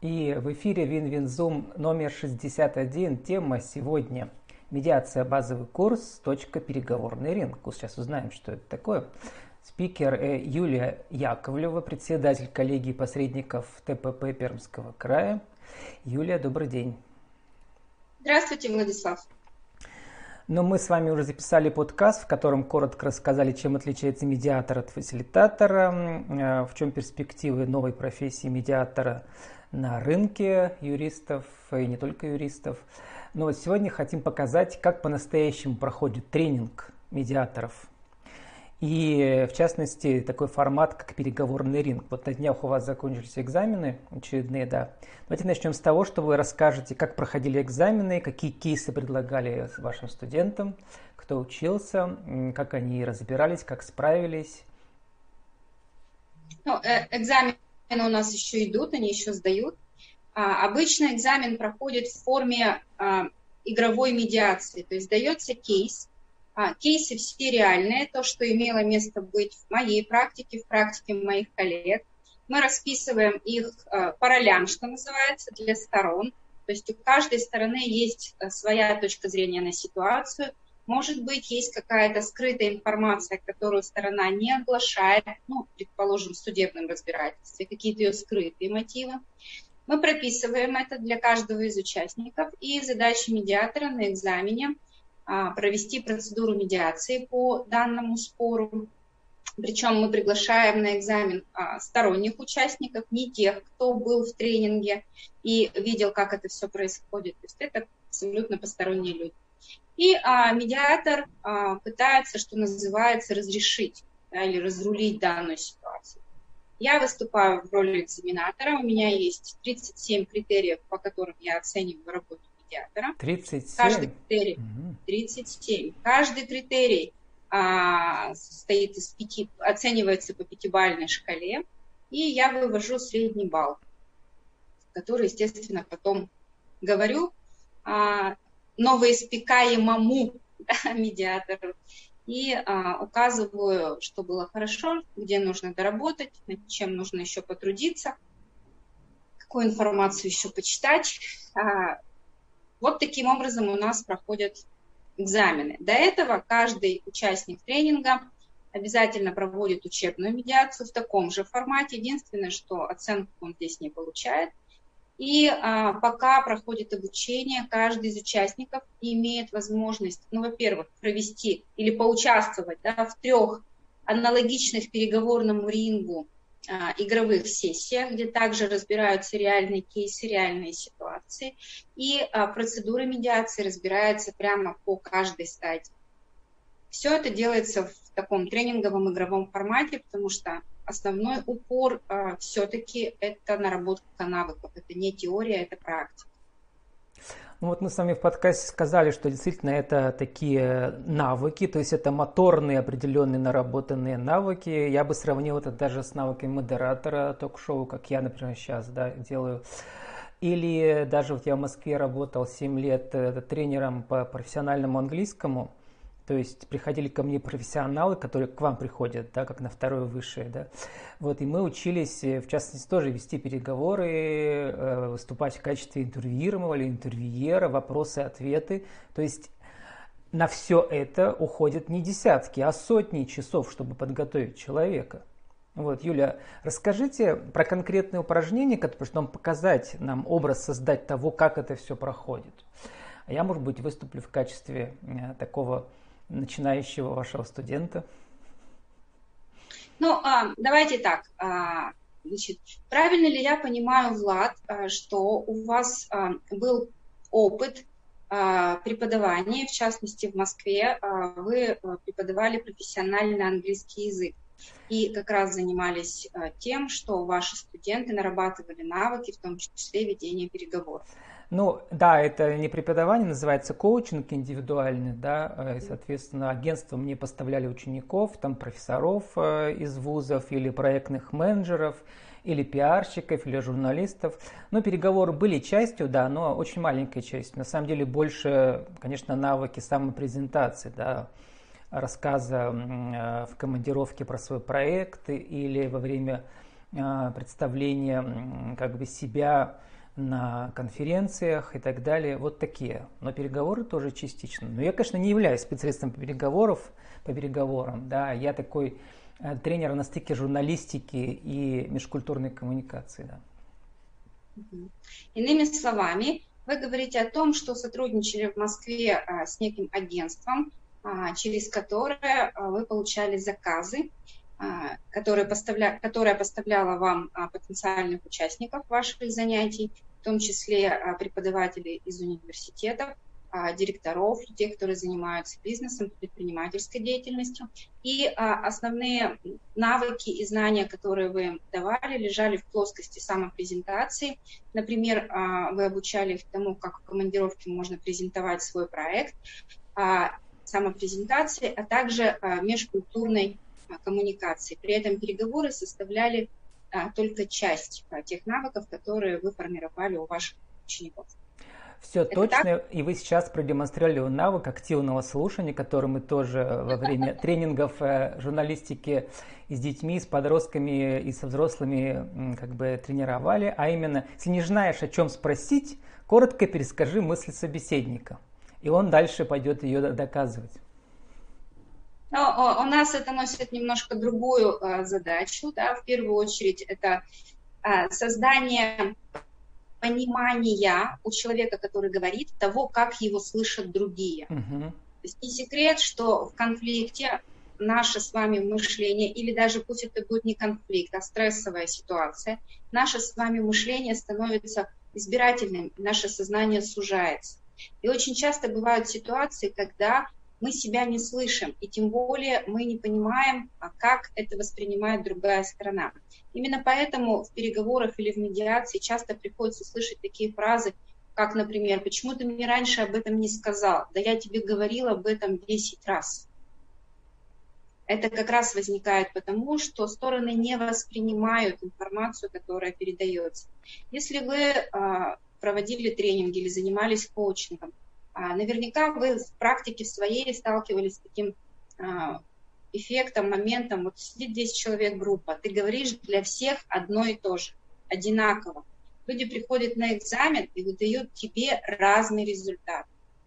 И в эфире Вин-Вин-Зум номер 61. Тема сегодня: медиация, базовый курс, переговорный ринг. Сейчас узнаем, что это такое. Спикер Юлия Яковлева, председатель коллегии посредников ТПП Пермского края. Юлия, добрый день. Здравствуйте, Владислав. Но мы с вами уже записали подкаст, в котором коротко рассказали, чем отличается медиатор от фасилитатора, в чем перспективы новой профессии медиатора на рынке юристов и не только юристов. Но вот сегодня хотим показать, как по-настоящему проходит тренинг медиаторов. И в частности, такой формат, как переговорный ринг. Вот на днях у вас закончились экзамены очередные, да. Давайте начнем с того, что вы расскажете, как проходили экзамены, какие кейсы предлагали вашим студентам, кто учился, как они разбирались, как справились. Экзамены у нас еще идут, они еще сдают. Обычно экзамен проходит в форме игровой медиации, то есть дается кейс. Кейсы все реальные, то, что имело место быть в моей практике, в практике моих коллег. Мы расписываем их по ролям, что называется, для сторон. То есть у каждой стороны есть своя точка зрения на ситуацию. Может быть, есть какая-то скрытая информация, которую сторона не оглашает, предположим, в судебном разбирательстве, какие-то ее скрытые мотивы. Мы прописываем это для каждого из участников, и задача медиатора на экзамене провести процедуру медиации по данному спору. Причем мы приглашаем на экзамен сторонних участников, не тех, кто был в тренинге и видел, как это все происходит. То есть это абсолютно посторонние люди. И медиатор пытается, что называется, разрешить или разрулить данную ситуацию. Я выступаю в роли экзаменатора. У меня есть 37 критериев, по которым я оцениваю работу медиатора. 37? Каждый критерий, 37. Каждый критерий состоит из 5, оценивается по пятибалльной шкале, и я вывожу средний балл, который, естественно, потом говорю новоиспекаемому медиатору и указываю, что было хорошо, где нужно доработать, над чем нужно еще потрудиться, какую информацию еще почитать. Вот таким образом у нас проходят экзамены. До этого каждый участник тренинга обязательно проводит учебную медиацию в таком же формате. Единственное, что оценку он здесь не получает. И пока проходит обучение, каждый из участников имеет возможность, во-первых, провести или поучаствовать в 3 аналогичных переговорному рингу игровых сессиях, где также разбираются реальные кейсы, реальные ситуации, и процедура медиации разбирается прямо по каждой стадии. Все это делается в таком тренинговом игровом формате, потому что основной упор все-таки это наработка навыков, это не теория, это практика. Вот мы с вами в подкасте сказали, что действительно это такие навыки, то есть это моторные определенные наработанные навыки. Я бы сравнил это даже с навыками модератора ток-шоу, как я, например, сейчас делаю. Или даже вот я в Москве работал 7 лет тренером по профессиональному английскому. То есть приходили ко мне профессионалы, которые к вам приходят, как на второе высшее. И мы учились, в частности, тоже вести переговоры, выступать в качестве интервьюируемого или интервьюера, вопросы-ответы. То есть на все это уходят не десятки, а сотни часов, чтобы подготовить человека. Юля, расскажите про конкретные упражнения, чтобы нам показать, нам образ создать того, как это все проходит. А я, может быть, выступлю в качестве такого начинающего вашего студента. Давайте так. Правильно ли я понимаю, Влад, что у вас был опыт преподавания, в частности, в Москве вы преподавали профессиональный английский язык и как раз занимались тем, что ваши студенты нарабатывали навыки, в том числе ведения переговоров? Это не преподавание, называется коучинг индивидуальный, и, соответственно, агентства мне поставляли учеников, профессоров из вузов или проектных менеджеров, или пиарщиков, или журналистов. Переговоры были частью, но очень маленькой частью. На самом деле больше, конечно, навыки самопрезентации, рассказа в командировке про свой проект или во время представление как бы себя на конференциях и так далее, вот такие. Но переговоры тоже частично. Но я, конечно, не являюсь специалистом по переговорам, да, я такой тренер на стыке журналистики и межкультурной коммуникации, да. Иными словами, вы говорите о том, что сотрудничали в Москве с неким агентством, через которое вы получали заказы, которое поставляло вам потенциальных участников ваших занятий, в том числе преподавателей из университетов, директоров, людей, которые занимаются бизнесом, предпринимательской деятельностью. И основные навыки и знания, которые вы давали, лежали в плоскости самопрезентации. Например, вы обучали их тому, как в командировке можно презентовать свой проект, самопрезентации, а также межкультурной коммуникации. При этом переговоры составляли только часть тех навыков, которые вы формировали у ваших учеников. Все точно, так? И вы сейчас продемонстрировали навык активного слушания, который мы тоже во время тренингов журналистики и с детьми, и с подростками, и со взрослыми как бы тренировали, а именно, если не знаешь, о чем спросить, коротко перескажи мысль собеседника, и он дальше пойдет ее доказывать. Но у нас это носит немножко другую задачу, да, в первую очередь это создание понимания у человека, который говорит, того, как его слышат другие. То есть не секрет, что в конфликте наше с вами мышление, или даже пусть это будет не конфликт, а стрессовая ситуация, наше с вами мышление становится избирательным, наше сознание сужается. И очень часто бывают ситуации, когда мы себя не слышим, и тем более мы не понимаем, как это воспринимает другая сторона. Именно поэтому в переговорах или в медиации часто приходится слышать такие фразы, как, например, «Почему ты мне раньше об этом не сказал? Да я тебе говорила об этом 10 раз». Это как раз возникает потому, что стороны не воспринимают информацию, которая передается. Если вы проводили тренинги или занимались коучингом, наверняка вы в практике своей сталкивались с таким эффектом, моментом, вот сидит 10 человек группа, ты говоришь для всех одно и то же, одинаково. Люди приходят на экзамен и выдают тебе разный результат.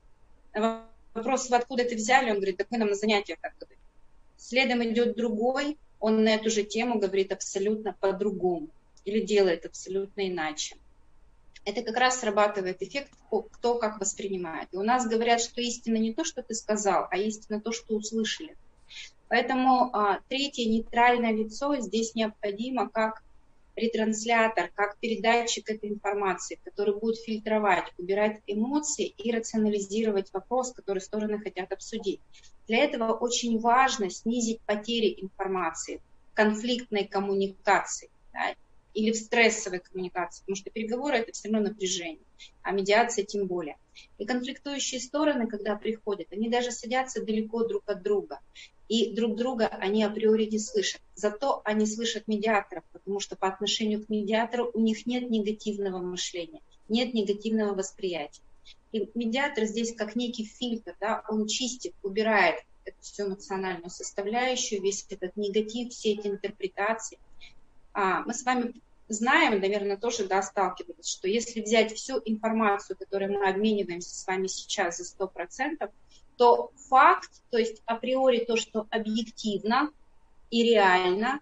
Вопрос, откуда это взяли, он говорит, так мы нам на занятиях так говорим. Следом идет другой, он на эту же тему говорит абсолютно по-другому или делает абсолютно иначе. Это как раз срабатывает эффект, кто как воспринимает. И у нас говорят, что истина не то, что ты сказал, а истина то, что услышали. Поэтому третье нейтральное лицо здесь необходимо как ретранслятор, как передатчик этой информации, который будет фильтровать, убирать эмоции и рационализировать вопрос, который стороны хотят обсудить. Для этого очень важно снизить потери информации в конфликтной коммуникации, да, или в стрессовой коммуникации, потому что переговоры – это все равно напряжение, а медиация тем более. И конфликтующие стороны, когда приходят, они даже садятся далеко друг от друга, и друг друга они априори не слышат. Зато они слышат медиаторов, потому что по отношению к медиатору у них нет негативного мышления, нет негативного восприятия. И медиатор здесь как некий фильтр, да, он чистит, убирает эту всю эмоциональную составляющую, весь этот негатив, все эти интерпретации. Мы с вами знаем, наверное, тоже сталкивались, что если взять всю информацию, которую мы обмениваемся с вами сейчас за 100%, то факт, то есть априори то, что объективно и реально,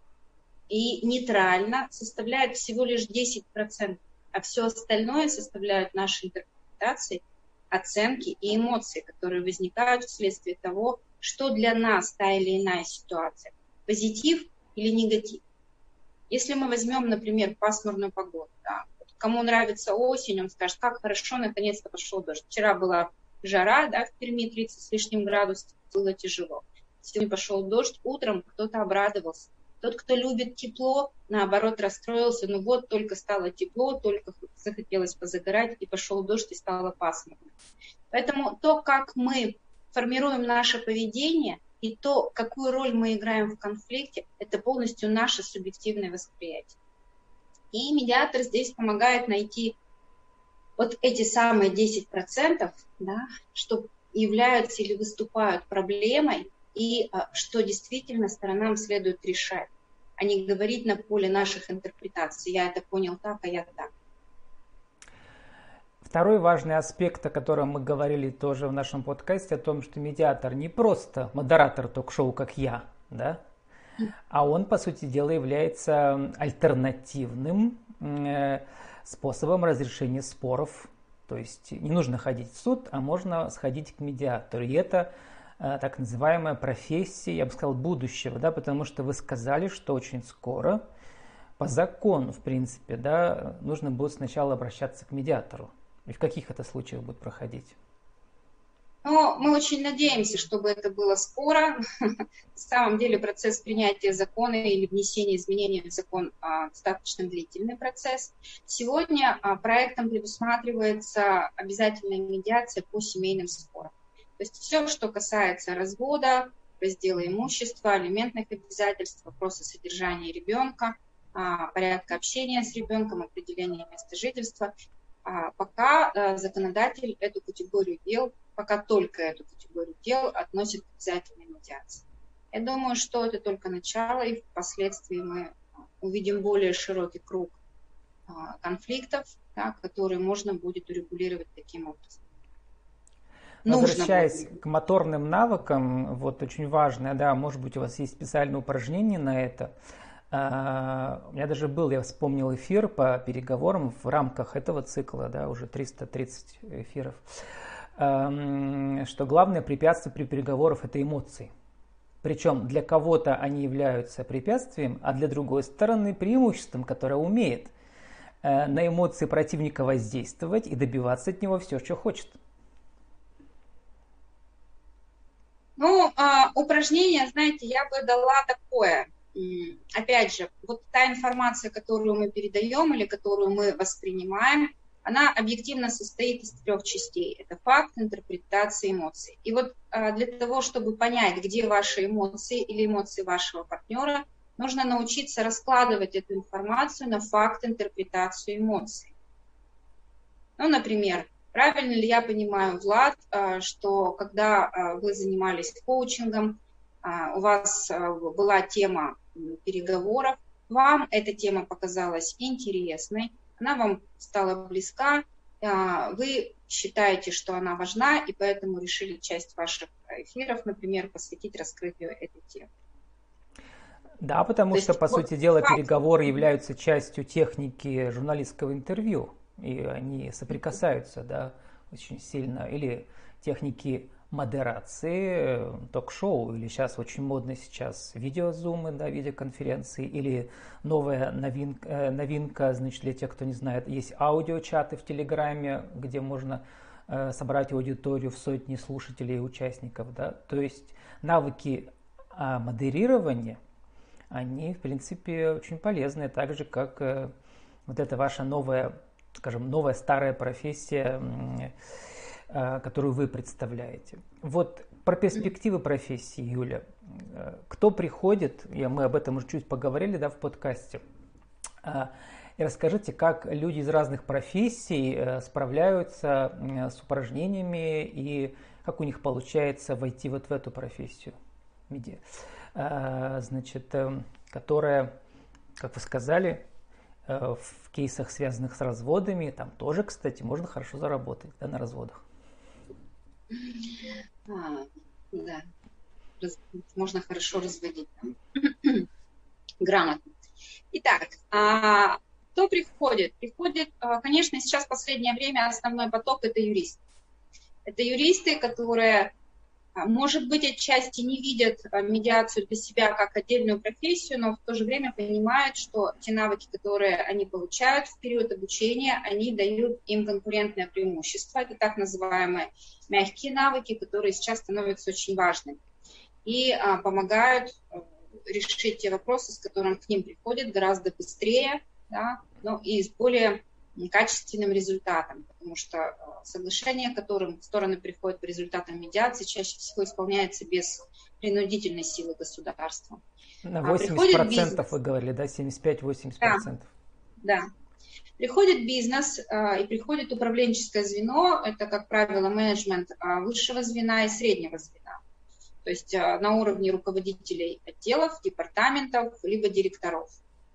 и нейтрально, составляет всего лишь 10%, а все остальное составляют наши интерпретации, оценки и эмоции, которые возникают вследствие того, что для нас та или иная ситуация, позитив или негатив. Если мы возьмем, например, пасмурную погоду, да, кому нравится осень, он скажет, как хорошо, наконец-то пошел дождь. Вчера была жара, да, в Перми 30 с лишним градусов, было тяжело. Сегодня пошел дождь, утром кто-то обрадовался. Тот, кто любит тепло, наоборот, расстроился, ну вот, только стало тепло, только захотелось позагорать, и пошел дождь, и стало пасмурно. Поэтому то, как мы формируем наше поведение, и то, какую роль мы играем в конфликте, это полностью наше субъективное восприятие. И медиатор здесь помогает найти вот эти самые 10%, да, что являются или выступают проблемой, и что действительно сторонам следует решать. а не говорить на поле наших интерпретаций. Я это понял так, а я так. Второй важный аспект, о котором мы говорили тоже в нашем подкасте, о том, что медиатор не просто модератор ток-шоу, как я, да, а он, по сути дела, является альтернативным способом разрешения споров. То есть не нужно ходить в суд, а можно сходить к медиатору. И это так называемая профессия, я бы сказал, будущего, да, потому что вы сказали, что очень скоро по закону, в принципе, да, нужно будет сначала обращаться к медиатору. И в каких это случаях будет проходить? Но мы очень надеемся, чтобы это было скоро. На самом деле процесс принятия закона или внесения изменений в закон достаточно длительный процесс. Сегодня проектом предусматривается обязательная медиация по семейным спорам. То есть все, что касается развода, раздела имущества, алиментных обязательств, вопроса содержания ребенка, порядка общения с ребенком, определения места жительства. Пока законодатель эту категорию дел, пока только эту категорию дел относит к обязательной медиации. Я думаю, что это только начало, и впоследствии мы увидим более широкий круг конфликтов, да, которые можно будет урегулировать таким образом. Возвращаясь к моторным навыкам, вот очень важное, да, может быть, у вас есть специальное упражнение на это. У меня даже был, я вспомнил, эфир по переговорам в рамках этого цикла, да, уже 330 эфиров, что главное препятствие при переговорах – это эмоции. Причем для кого-то они являются препятствием, а для другой стороны преимуществом, которое умеет на эмоции противника воздействовать и добиваться от него все, что хочет. Ну, упражнение, знаете, я бы дала такое. Опять же, вот та информация, которую мы передаем или которую мы воспринимаем, она объективно состоит из 3 частей. Это факт, интерпретация, эмоции. И вот для того, чтобы понять, где ваши эмоции или эмоции вашего партнера, нужно научиться раскладывать эту информацию на факт, интерпретацию, эмоции. Ну, например, правильно ли я понимаю, Влад, что когда вы занимались коучингом, у вас была тема переговоров, вам эта тема показалась интересной, она вам стала близка, вы считаете, что она важна, и поэтому решили часть ваших эфиров, например, посвятить раскрытию этой темы. Да, потому что, по сути дела, переговоры являются частью техники журналистского интервью, и они соприкасаются, да, очень сильно, или техники модерации ток-шоу, или сейчас очень модно сейчас видеозумы, да, видеоконференции, или новая новинка, значит, для тех, кто не знает, есть аудиочаты в Телеграме, где можно собрать аудиторию в сотни слушателей и участников, да, то есть навыки модерирования, они, в принципе, очень полезны, так же, как вот эта ваша новая, скажем, новая старая профессия, которую вы представляете. Вот про перспективы профессии, Юля. Кто приходит, мы об этом уже чуть поговорили, да, в подкасте, и расскажите, как люди из разных профессий справляются с упражнениями и как у них получается войти вот в эту профессию, значит, которая, как вы сказали, в кейсах, связанных с разводами, там тоже, кстати, можно хорошо заработать, да, на разводах. Да, можно хорошо разводить грамотно. Итак, кто приходит? Приходит, конечно, сейчас в последнее время основной поток – это юристы. Это юристы, которые, может быть, отчасти не видят медиацию для себя как отдельную профессию, но в то же время понимают, что те навыки, которые они получают в период обучения, они дают им конкурентное преимущество. Это так называемые мягкие навыки, которые сейчас становятся очень важными и помогают решить те вопросы, с которыми к ним приходят гораздо быстрее, да, но и с более качественным результатом, потому что соглашение, к которым стороны приходят по результатам медиации, чаще всего исполняется без принудительной силы государства. На 80% вы говорили, да, 75-80%. Да. Приходит бизнес и приходит управленческое звено, это, как правило, менеджмент высшего звена и среднего звена. то есть на уровне руководителей отделов, департаментов, либо директоров.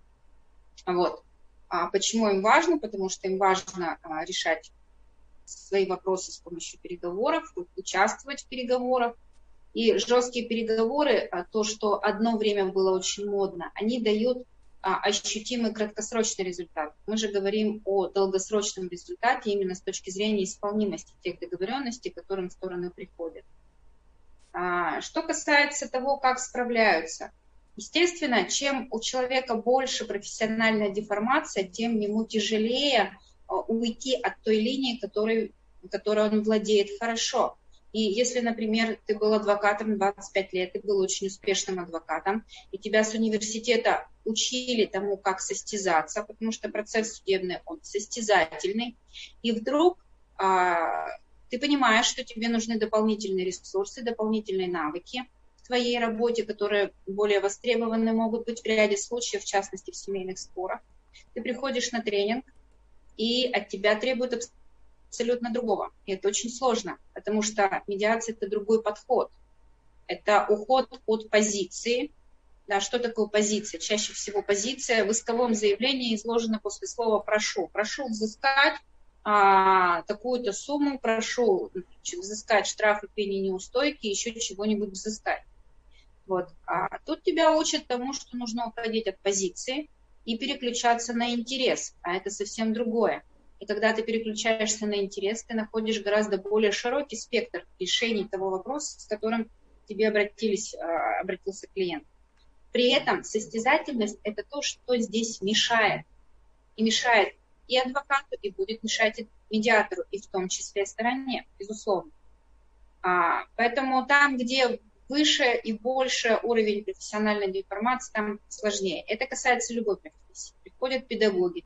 Вот. А почему им важно? Потому что им важно решать свои вопросы с помощью переговоров, участвовать в переговорах. И жесткие переговоры, то, что одно время было очень модно, они дают ощутимый краткосрочный результат. Мы же говорим о долгосрочном результате именно с точки зрения исполнимости тех договоренностей, к которым стороны приходят. Что касается того, как справляются, естественно, чем у человека больше профессиональная деформация, тем ему тяжелее уйти от той линии, которой он владеет хорошо. И если, например, ты был адвокатом 25 лет, ты был очень успешным адвокатом, и тебя с университета учили тому, как состязаться, потому что процесс судебный, он состязательный, и вдруг ты понимаешь, что тебе нужны дополнительные ресурсы, дополнительные навыки в твоей работе, которые более востребованы могут быть в ряде случаев, в частности в семейных спорах. Ты приходишь на тренинг, и от тебя требуют абсолютно другого. И это очень сложно, потому что медиация – это другой подход. Это уход от позиции. Да, что такое позиция? Чаще всего позиция в исковом заявлении изложена после слова «прошу». Прошу взыскать такую-то сумму, прошу взыскать штрафы, пени, неустойки, еще чего-нибудь взыскать. Вот. А тут тебя учат тому, что нужно уходить от позиции и переключаться на интерес, а это совсем другое. И когда ты переключаешься на интерес, ты находишь гораздо более широкий спектр решений того вопроса, с которым к тебе обратился клиент. При этом состязательность – это то, что здесь мешает. И мешает и адвокату, и будет мешать и медиатору, и в том числе стороне, безусловно. Поэтому там, где выше и больше уровень профессиональной деформации, там сложнее. Это касается любой профессии. Приходят педагоги,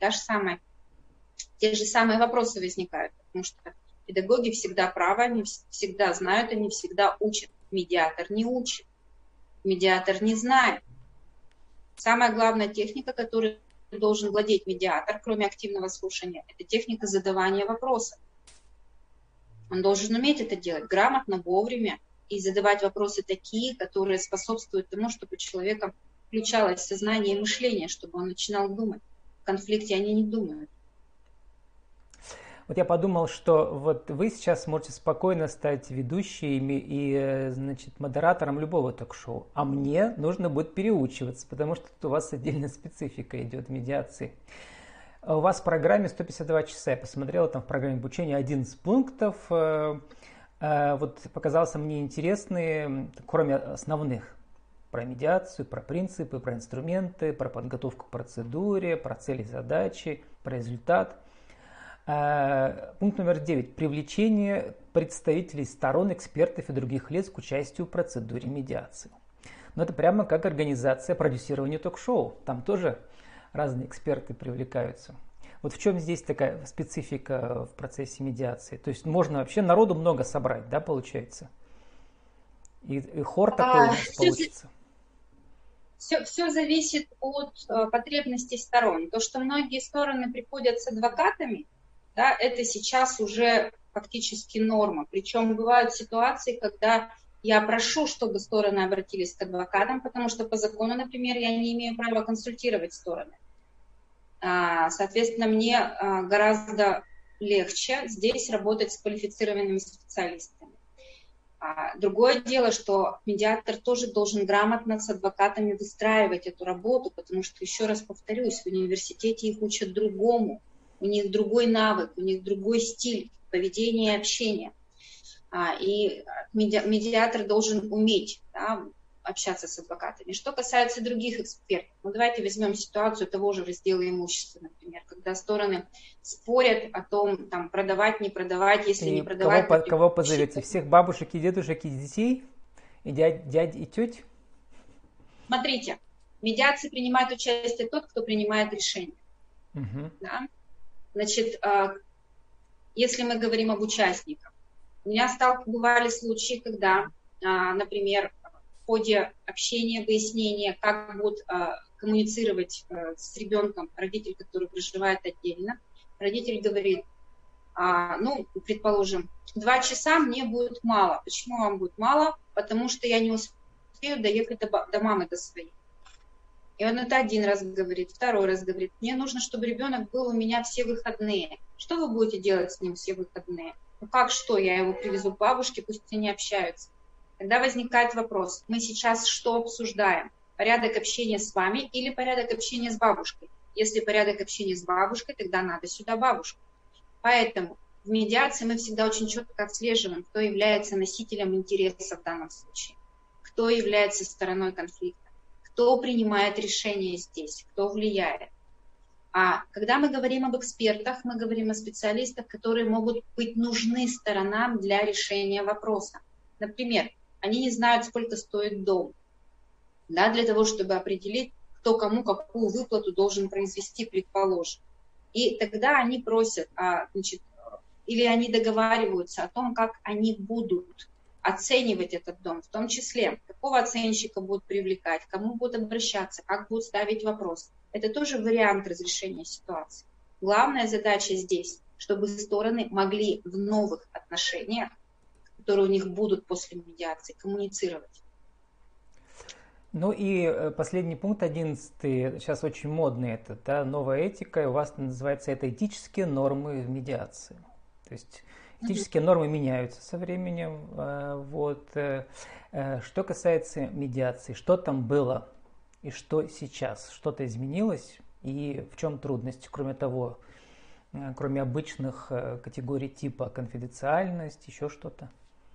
те же самые вопросы возникают, потому что педагоги всегда правы, они всегда знают, они всегда учат. Медиатор не учит, медиатор не знает. Самая главная техника, которой должен владеть медиатор, кроме активного слушания, это техника задавания вопросов. Он должен уметь это делать грамотно, вовремя, и задавать вопросы такие, которые способствуют тому, чтобы у человека включалось сознание и мышление, чтобы он начинал думать. В конфликте они не думают. Вот я подумал, что вот вы сейчас можете спокойно стать ведущим и, значит, модератором любого ток-шоу, а мне нужно будет переучиваться, потому что тут у вас отдельная специфика идет в медиации. У вас в программе 152 часа, я посмотрел, там в программе обучения 11 пунктов, вот показался мне интересный, кроме основных, про медиацию, про принципы, про инструменты, про подготовку к процедуре, про цели и задачи, про результат. Пункт номер 9. Привлечение представителей сторон, экспертов и других лиц к участию в процедуре медиации. Но это прямо как организация продюсирования ток-шоу. Там тоже разные эксперты привлекаются. Вот в чем здесь такая специфика в процессе медиации? То есть можно вообще народу много собрать, да, получается? И хор такой у нас получится. Все зависит от потребностей сторон. То, что многие стороны приходят с адвокатами, да, это сейчас уже фактически норма. Причем бывают ситуации, когда я прошу, чтобы стороны обратились к адвокатам, потому что по закону, например, я не имею права консультировать стороны. Соответственно, мне гораздо легче здесь работать с квалифицированными специалистами. Другое дело, что медиатор тоже должен грамотно с адвокатами выстраивать эту работу, потому что, еще раз повторюсь, в университете их учат другому, у них другой навык, у них другой стиль поведения и общения. И медиатор должен уметь, да, общаться с адвокатами. Что касается других экспертов, давайте возьмем ситуацию того же раздела имущества, например, когда стороны спорят о том, там, продавать, не продавать, если не продавать... Кого позовете? Всех бабушек и дедушек и детей? И дядь и теть? Смотрите, в медиации принимает участие тот, кто принимает решение. Угу. Да? Значит, если мы говорим об участниках, у меня бывали случаи, когда, например, в ходе общения, выяснения, как будут коммуницировать с ребенком родитель, который проживает отдельно, родитель говорит, предположим, 2 часа мне будет мало. Почему вам будет мало? потому что я не успею доехать до мамы, до своей. И он это один раз говорит, второй раз говорит, мне нужно, чтобы ребенок был у меня все выходные. Что вы будете делать с ним все выходные? Ну как что, я его привезу к бабушке, пусть они общаются. Тогда возникает вопрос, мы сейчас что обсуждаем? Порядок общения с вами или порядок общения с бабушкой? Если порядок общения с бабушкой, тогда надо сюда бабушку. Поэтому в медиации мы всегда очень четко отслеживаем, кто является носителем интереса в данном случае, кто является стороной конфликта, кто принимает решения здесь, кто влияет. А когда мы говорим об экспертах, мы говорим о специалистах, которые могут быть нужны сторонам для решения вопроса. Например, они не знают, сколько стоит дом, да, для того, чтобы определить, кто кому какую выплату должен произвести, предположим. И тогда они просят, или они договариваются о том, как они будут оценивать этот дом, в том числе, какого оценщика будут привлекать, к кому будут обращаться, как будут ставить вопрос. Это тоже вариант разрешения ситуации. Главная задача здесь, чтобы стороны могли в новых отношениях, которые у них будут после медиации, коммуницировать. Ну и последний пункт, 11-й, сейчас очень модный это, да, новая этика, у вас называется это этические нормы в медиации. То есть этические нормы меняются со временем. Вот. Что касается медиации, что там было и что сейчас? Что-то изменилось и в чем трудности, кроме того, кроме обычных категорий типа конфиденциальность, еще что-то?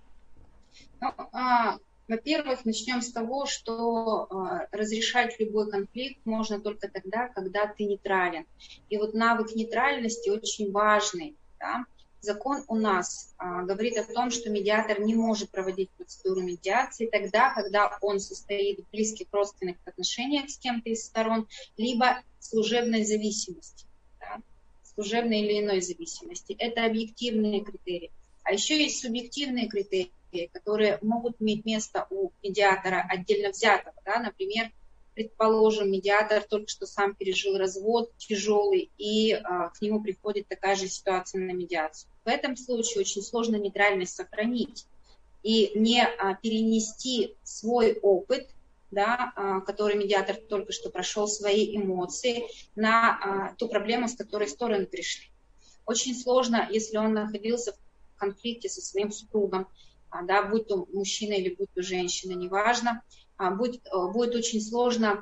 Во-первых, начнем с того, что разрешать любой конфликт можно только тогда, когда ты нейтрален. И вот навык нейтральности очень важный. Да? Закон у нас говорит о том, что медиатор не может проводить процедуру медиации тогда, когда он состоит в близких родственных отношениях с кем-то из сторон, либо служебной зависимости, да? Служебной или иной зависимости. Это объективные критерии. А еще есть субъективные критерии, которые могут иметь место у медиатора отдельно взятого. Да? Например, предположим, медиатор только что сам пережил развод тяжелый, и к нему приходит такая же ситуация на медиацию. В этом случае очень сложно нейтральность сохранить и не перенести свой опыт, да, который медиатор только что прошел, свои эмоции, на ту проблему, с которой стороны пришли. Очень сложно, если он находился в конфликте со своим супругом, да, будь то мужчина или будь то женщина, неважно, будет очень сложно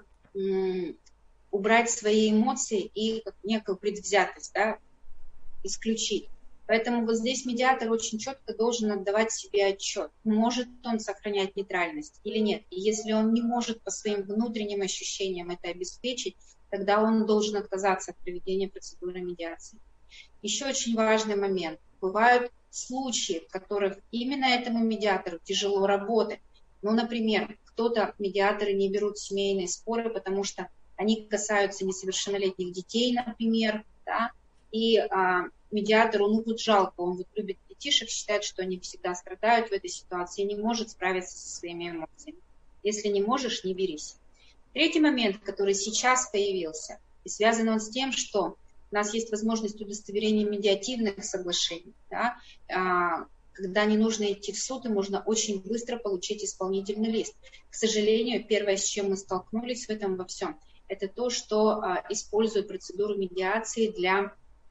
убрать свои эмоции и некую предвзятость, да, исключить. Поэтому вот здесь медиатор очень четко должен отдавать себе отчет, может он сохранять нейтральность или нет. И если он не может по своим внутренним ощущениям это обеспечить, тогда он должен отказаться от проведения процедуры медиации. Еще очень важный момент. Бывают случаи, в которых именно этому медиатору тяжело работать. Ну, например, медиаторы не берут семейные споры, потому что они касаются несовершеннолетних детей, например, да, и медиатору, тут жалко, он вот любит детишек, считает, что они всегда страдают в этой ситуации и не может справиться со своими эмоциями. Если не можешь, не берись. Третий момент, который сейчас появился, и связан он с тем, что у нас есть возможность удостоверения медиативных соглашений, да, когда не нужно идти в суд, и можно очень быстро получить исполнительный лист. К сожалению, первое, с чем мы столкнулись в этом во всем, это то, что используют процедуру медиации для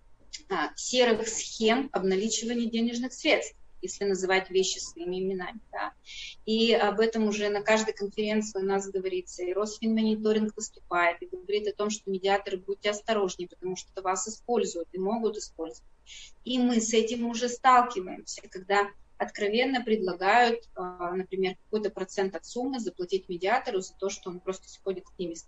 серых схем обналичивания денежных средств, если называть вещи своими именами. Да. И об этом уже на каждой конференции у нас говорится. И Росфинмониторинг выступает и говорит о том, что медиаторы, будьте осторожнее, потому что вас используют и могут использовать. И мы с этим уже сталкиваемся, когда откровенно предлагают, например, какой-то процент от суммы заплатить медиатору за то, что он просто сходит к ним,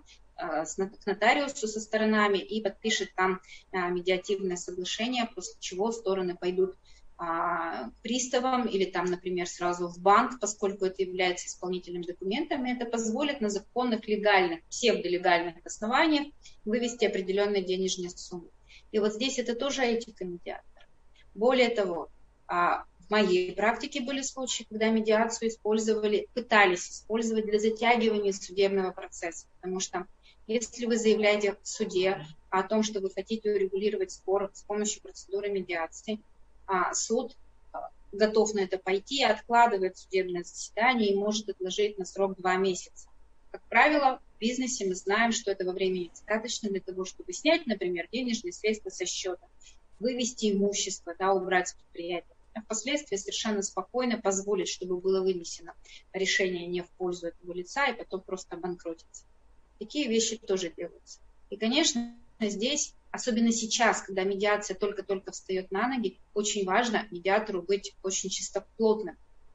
к нотариусу со сторонами и подпишет там медиативное соглашение, после чего стороны пойдут к приставам или там, например, сразу в банк, поскольку это является исполнительным документом, и это позволит на законных, легальных, псевдолегальных основаниях вывести определенные денежные суммы. И вот здесь это тоже этика медиатора. Более того, в моей практике были случаи, когда медиацию пытались использовать для затягивания судебного процесса, потому что если вы заявляете в суде о том, что вы хотите урегулировать спор с помощью процедуры медиации, суд готов на это пойти, откладывает судебное заседание и может отложить на срок 2 месяца. Как правило, в бизнесе мы знаем, что этого времени достаточно для того, чтобы снять, например, денежные средства со счета, вывести имущество, да, убрать с предприятия, а впоследствии совершенно спокойно позволить, чтобы было вынесено решение не в пользу этого лица и потом просто обанкротиться. Такие вещи тоже делаются. И, конечно, здесь, особенно сейчас, когда медиация только-только встает на ноги, очень важно медиатору быть очень чистоплотным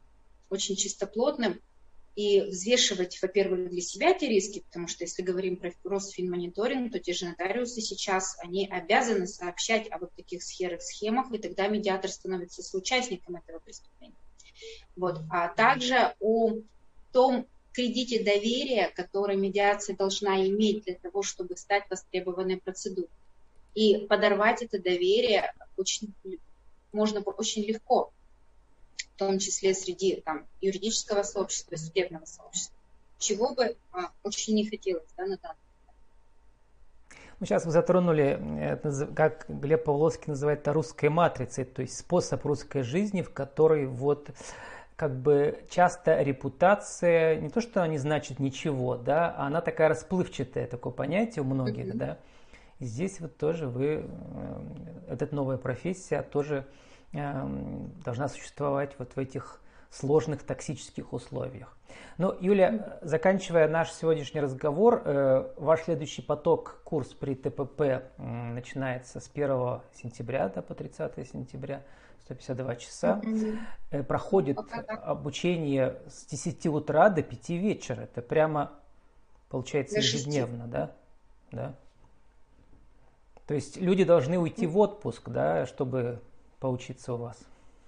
и взвешивать, во-первых, для себя те риски, потому что если говорим про Росфинмониторинг, то те же нотариусы сейчас, они обязаны сообщать о вот таких схемах, и тогда медиатор становится соучастником этого преступления. Вот. А также о том кредите доверия, который медиация должна иметь для того, чтобы стать востребованной процедурой. И подорвать это доверие можно очень легко, в том числе среди юридического сообщества, судебного сообщества, чего бы очень не хотелось, да, на данный момент. Ну, сейчас вы затронули, как Глеб Павловский называет это, русской матрицей, то есть способ русской жизни, в которой вот как бы часто репутация, не то, что она не значит ничего, да, а она такая расплывчатая, такое понятие у многих, да. И здесь вот тоже эта новая профессия тоже должна существовать вот в этих сложных токсических условиях. Ну, Юля, заканчивая наш сегодняшний разговор, ваш следующий поток, курс при ТПП, начинается с 1 сентября по 30 сентября, 152 часа. Проходит обучение с 10 утра до 5 вечера. Это прямо, получается, ежедневно, да? Да. То есть люди должны уйти в отпуск, да, чтобы поучиться у вас.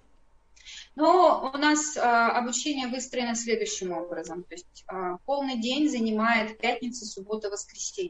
Но у нас обучение выстроено следующим образом. То есть полный день занимает пятница, суббота, воскресенье.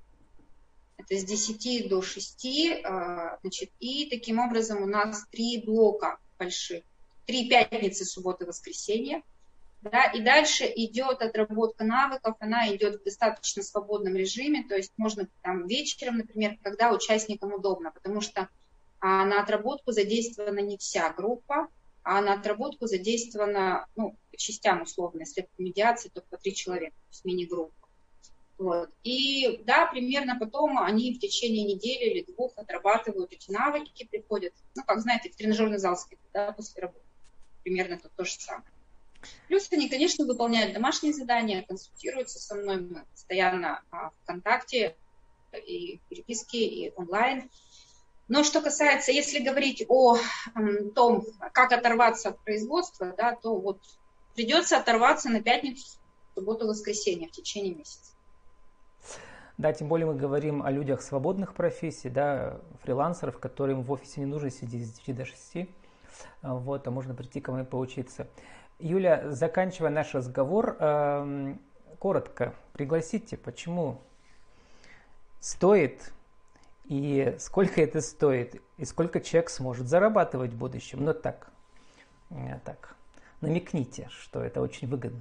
Это с 10 до 6. Значит, и таким образом у нас 3 блока больших. 3 пятницы, суббота, воскресенье. Да, и дальше идет отработка навыков, она идет в достаточно свободном режиме, то есть можно вечером, например, когда участникам удобно, потому что на отработку задействована не вся группа, а на отработку задействована, по частям условно, если это медиация, то по 3 человека, то есть мини-группа. Вот. И да, примерно потом они в течение недели или 2 отрабатывают эти навыки, приходят, как знаете, в тренажерный зал, да, после работы. Примерно то же самое. Плюс они, конечно, выполняют домашние задания, консультируются со мной, мы постоянно в контакте, и в переписке, и онлайн. Но что касается, если говорить о том, как оторваться от производства, да, то вот придется оторваться на пятницу, субботу, воскресенье в течение месяца. Да, тем более мы говорим о людях свободных профессий, да, фрилансеров, которым в офисе не нужно сидеть с 9 до 6, вот, а можно прийти ко мне поучиться. Юля, заканчивая наш разговор, коротко пригласите, почему стоит и сколько это стоит, и сколько человек сможет зарабатывать в будущем. Но так, намекните, что это очень выгодно.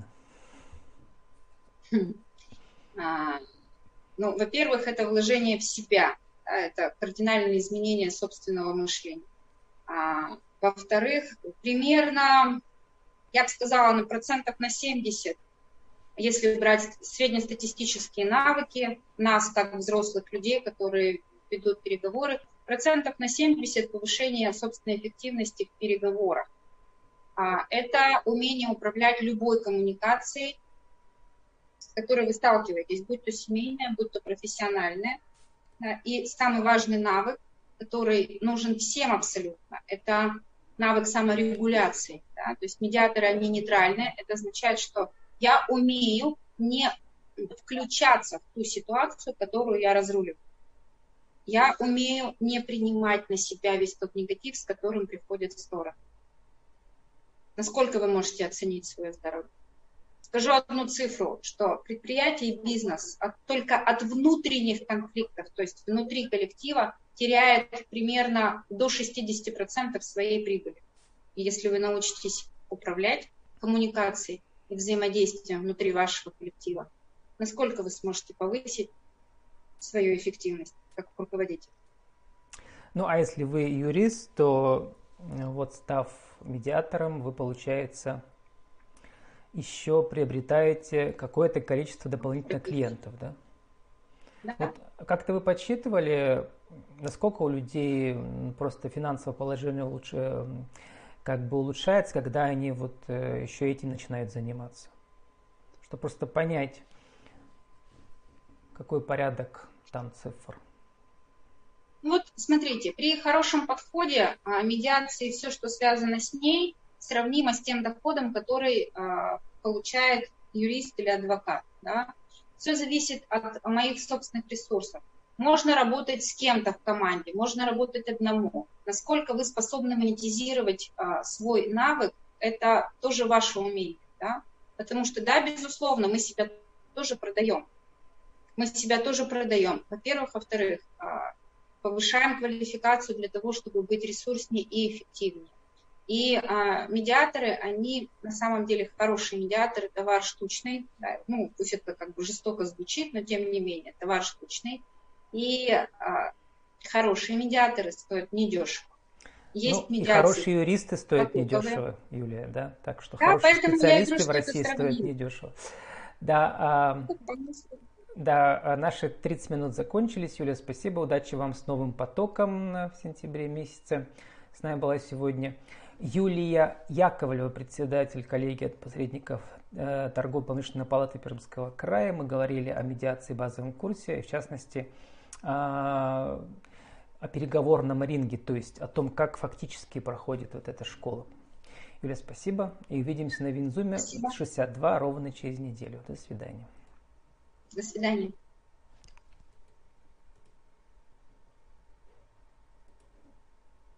Во-первых, это вложение в себя, да, это кардинальное изменение собственного мышления. Во-вторых, примерно, я бы сказала, на 70%, если брать среднестатистические навыки нас, как взрослых людей, которые ведут переговоры, 70% повышения собственной эффективности в переговорах. Это умение управлять любой коммуникацией, с которой вы сталкиваетесь, будь то семейная, будь то профессиональная. И самый важный навык, который нужен всем абсолютно, это навык саморегуляции. Да? То есть медиаторы, они нейтральные. Это означает, что я умею не включаться в ту ситуацию, которую я разруливаю. Я умею не принимать на себя весь тот негатив, с которым приходит в сторону. Насколько вы можете оценить свое здоровье? Скажу одну цифру, что предприятие и бизнес только от внутренних конфликтов, то есть внутри коллектива, теряет примерно до 60% своей прибыли. И если вы научитесь управлять коммуникацией и взаимодействием внутри вашего коллектива, насколько вы сможете повысить свою эффективность как руководитель? Ну, а если вы юрист, то вот став медиатором, вы, получается, еще приобретаете какое-то количество дополнительных клиентов, да? Да. Вот как-то вы подсчитывали, насколько у людей просто финансовое положение лучше, как бы улучшается, когда они вот еще этим начинают заниматься? Чтобы просто понять, какой порядок там цифр. Вот смотрите, при хорошем подходе медиации, все, что связано с ней, сравнимо с тем доходом, который получает юрист или адвокат. Да? Все зависит от моих собственных ресурсов. Можно работать с кем-то в команде, можно работать одному. Насколько вы способны монетизировать свой навык, это тоже ваше умение. Да? Потому что, да, безусловно, мы себя тоже продаем. Во-первых. Во-вторых, повышаем квалификацию для того, чтобы быть ресурснее и эффективнее. И медиаторы, они на самом деле хорошие медиаторы, товар штучный. Да, ну, пусть это как бы жестоко звучит, но тем не менее, товар штучный. И хорошие медиаторы стоят недешево. Есть и хорошие юристы стоят недешево, Юлия, да? Так что да, хорошие специалисты в России стоят недешево. Да, да, наши 30 минут закончились. Юлия, спасибо. Удачи вам с новым потоком в сентябре месяце. С нами была сегодня Юлия Яковлева, председатель коллегии посредников Торгово-промышленной палаты Пермского края. Мы говорили о медиации в базовом курсе, в частности, о переговорном ринге, то есть о том, как фактически проходит вот эта школа. Юлия, спасибо. И увидимся на Винзуме 62 ровно через неделю. До свидания. До свидания.